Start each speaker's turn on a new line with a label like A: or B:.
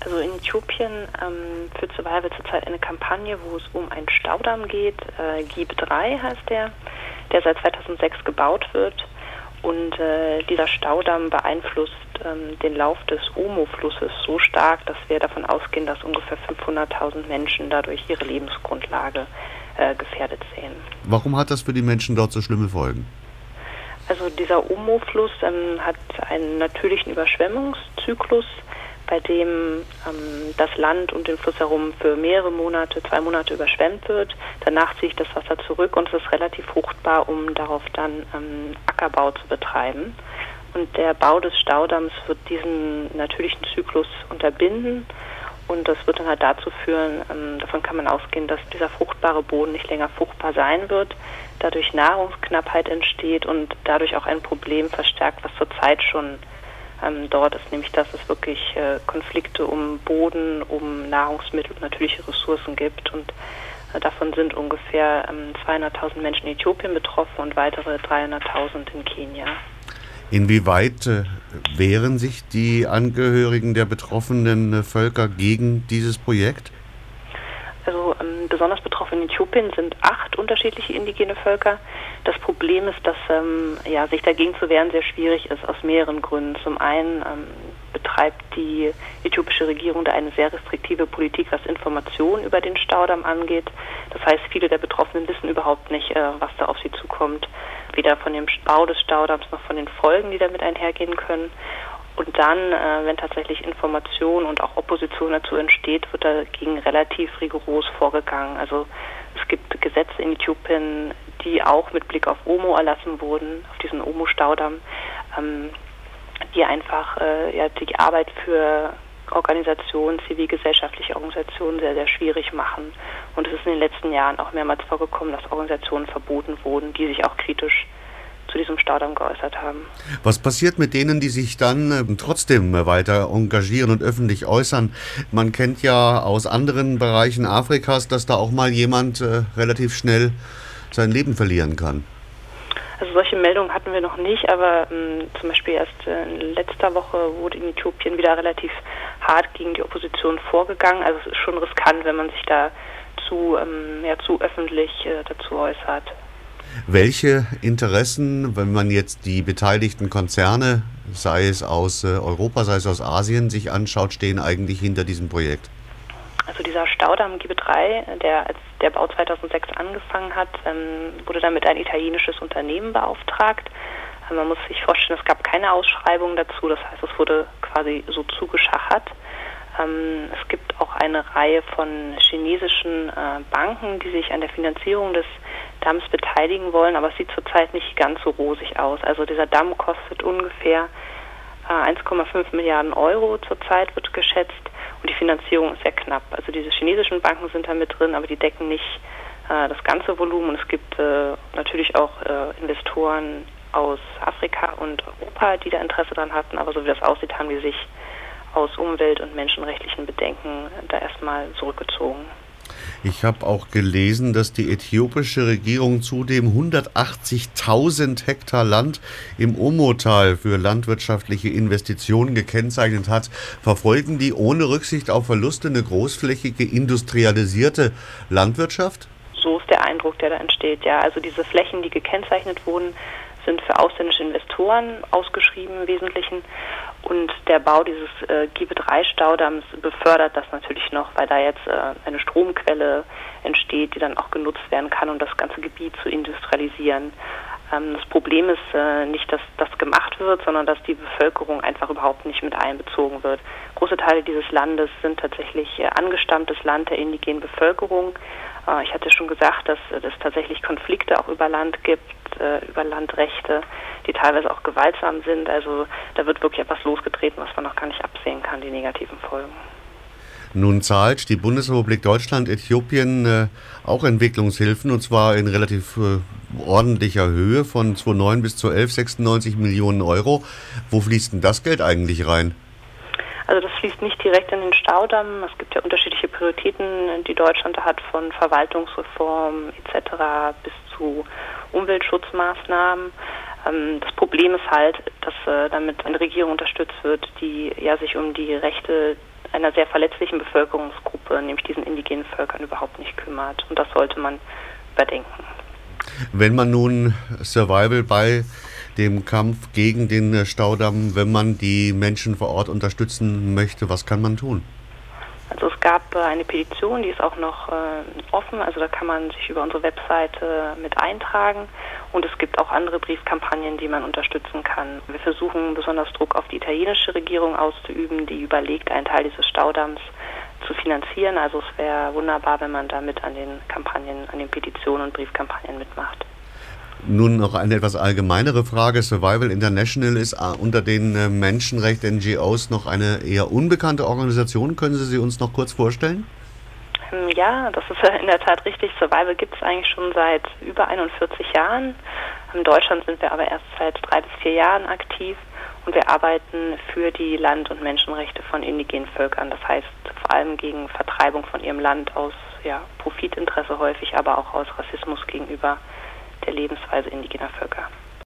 A: Also in Äthiopien führt Survival zurzeit eine Kampagne, wo es um einen Staudamm geht. GIB 3 heißt der seit 2006 gebaut wird. Und dieser Staudamm beeinflusst den Lauf des Omo-Flusses so stark, dass wir davon ausgehen, dass ungefähr 500.000 Menschen dadurch ihre Lebensgrundlage gefährdet sehen.
B: Warum hat das für die Menschen dort so schlimme Folgen?
A: Also dieser Omo-Fluss hat einen natürlichen Überschwemmungszyklus, bei dem das Land um den Fluss herum für mehrere Monate, 2 Monate überschwemmt wird. Danach zieht das Wasser zurück und es ist relativ fruchtbar, um darauf dann Ackerbau zu betreiben. Und der Bau des Staudamms wird diesen natürlichen Zyklus unterbinden und das wird dann halt dazu führen, davon kann man ausgehen, dass dieser fruchtbare Boden nicht länger fruchtbar sein wird, dadurch Nahrungsknappheit entsteht und dadurch auch ein Problem verstärkt, was zurzeit schon dort ist, nämlich dass es wirklich Konflikte um Boden, um Nahrungsmittel und natürliche Ressourcen gibt und davon sind ungefähr 200.000 Menschen in Äthiopien betroffen und weitere 300.000 in Kenia.
B: Inwieweit wehren sich die Angehörigen der betroffenen Völker gegen dieses Projekt?
A: Also besonders betroffen in Äthiopien sind 8 unterschiedliche indigene Völker. Das Problem ist, dass sich dagegen zu wehren sehr schwierig ist, aus mehreren Gründen. Zum einen betreibt die äthiopische Regierung da eine sehr restriktive Politik, was Informationen über den Staudamm angeht. Das heißt, viele der Betroffenen wissen überhaupt nicht, was da auf sie zukommt. Weder von dem Bau des Staudamms noch von den Folgen, die damit einhergehen können. Und dann, wenn tatsächlich Information und auch Opposition dazu entsteht, wird dagegen relativ rigoros vorgegangen. Also es gibt Gesetze in Äthiopien, die auch mit Blick auf Omo erlassen wurden, auf diesen Omo-Staudamm, die einfach die Arbeit für Organisationen, zivilgesellschaftliche Organisationen sehr, sehr schwierig machen. Und es ist in den letzten Jahren auch mehrmals vorgekommen, dass Organisationen verboten wurden, die sich auch kritisch zu diesem Staudamm geäußert haben.
B: Was passiert mit denen, die sich dann trotzdem weiter engagieren und öffentlich äußern? Man kennt ja aus anderen Bereichen Afrikas, dass da auch mal jemand relativ schnell sein Leben verlieren kann.
A: Also solche Meldungen hatten wir noch nicht, aber zum Beispiel erst in letzter Woche wurde in Äthiopien wieder relativ hart gegen die Opposition vorgegangen. Also es ist schon riskant, wenn man sich da zu öffentlich dazu äußert.
B: Welche Interessen, wenn man jetzt die beteiligten Konzerne, sei es aus Europa, sei es aus Asien, sich anschaut, stehen eigentlich hinter diesem Projekt?
A: Also dieser Staudamm GIB 3, als der Bau 2006 angefangen hat, wurde damit ein italienisches Unternehmen beauftragt. Man muss sich vorstellen, es gab keine Ausschreibung dazu, das heißt, es wurde quasi so zugeschachert. Es gibt auch eine Reihe von chinesischen Banken, die sich an der Finanzierung des Damms beteiligen wollen, aber es sieht zurzeit nicht ganz so rosig aus. Also dieser Damm kostet ungefähr 1,5 Milliarden Euro zurzeit, wird geschätzt, und die Finanzierung ist sehr knapp. Also diese chinesischen Banken sind da mit drin, aber die decken nicht das ganze Volumen, und es gibt natürlich auch Investoren aus Afrika und Europa, die da Interesse dran hatten, aber so wie das aussieht, haben die sich aus umwelt- und menschenrechtlichen Bedenken da erstmal zurückgezogen.
B: Ich habe auch gelesen, dass die äthiopische Regierung zudem 180.000 Hektar Land im Omo-Tal für landwirtschaftliche Investitionen gekennzeichnet hat. Verfolgen die ohne Rücksicht auf Verluste eine großflächige industrialisierte Landwirtschaft?
A: So ist der Eindruck, der da entsteht, ja. Also diese Flächen, die gekennzeichnet wurden, sind für ausländische Investoren ausgeschrieben im Wesentlichen. Und der Bau dieses GIB-3-Staudamms befördert das natürlich noch, weil da jetzt eine Stromquelle entsteht, die dann auch genutzt werden kann, um das ganze Gebiet zu industrialisieren. Das Problem ist nicht, dass das gemacht wird, sondern dass die Bevölkerung einfach überhaupt nicht mit einbezogen wird. Große Teile dieses Landes sind tatsächlich angestammtes Land der indigenen Bevölkerung. Ich hatte schon gesagt, dass es tatsächlich Konflikte auch über Land gibt, über Landrechte, die teilweise auch gewaltsam sind. Also da wird wirklich etwas losgetreten, was man noch gar nicht absehen kann, die negativen Folgen.
B: Nun zahlt die Bundesrepublik Deutschland Äthiopien auch Entwicklungshilfen, und zwar in relativ ordentlicher Höhe von 2009 bis 2011 96 Millionen Euro. Wo fließt denn das Geld eigentlich rein?
A: Also das fließt nicht direkt in den Staudamm. Es gibt ja unterschiedliche Prioritäten, die Deutschland hat, von Verwaltungsreform etc. bis zu Umweltschutzmaßnahmen. Das Problem ist halt, dass damit eine Regierung unterstützt wird, die ja sich um die Rechte einer sehr verletzlichen Bevölkerungsgruppe, nämlich diesen indigenen Völkern, überhaupt nicht kümmert. Und das sollte man überdenken.
B: Wenn man nun Survival bei dem Kampf gegen den Staudamm, wenn man die Menschen vor Ort unterstützen möchte, was kann man tun?
A: Also es gab eine Petition, die ist auch noch offen, also da kann man sich über unsere Webseite mit eintragen, und es gibt auch andere Briefkampagnen, die man unterstützen kann. Wir versuchen besonders Druck auf die italienische Regierung auszuüben, die überlegt, einen Teil dieses Staudamms zu finanzieren. Also es wäre wunderbar, wenn man damit an den Kampagnen, an den Petitionen und Briefkampagnen mitmacht.
B: Nun noch eine etwas allgemeinere Frage. Survival International ist unter den Menschenrecht-NGOs noch eine eher unbekannte Organisation. Können Sie sie uns noch kurz vorstellen?
A: Ja, das ist in der Tat richtig. Survival gibt es eigentlich schon seit über 41 Jahren. In Deutschland sind wir aber erst seit 3 bis 4 Jahren aktiv, und wir arbeiten für die Land- und Menschenrechte von indigenen Völkern. Das heißt vor allem gegen Vertreibung von ihrem Land aus Profitinteresse häufig, aber auch aus Rassismus gegenüber der Lebensweise indigener Völker.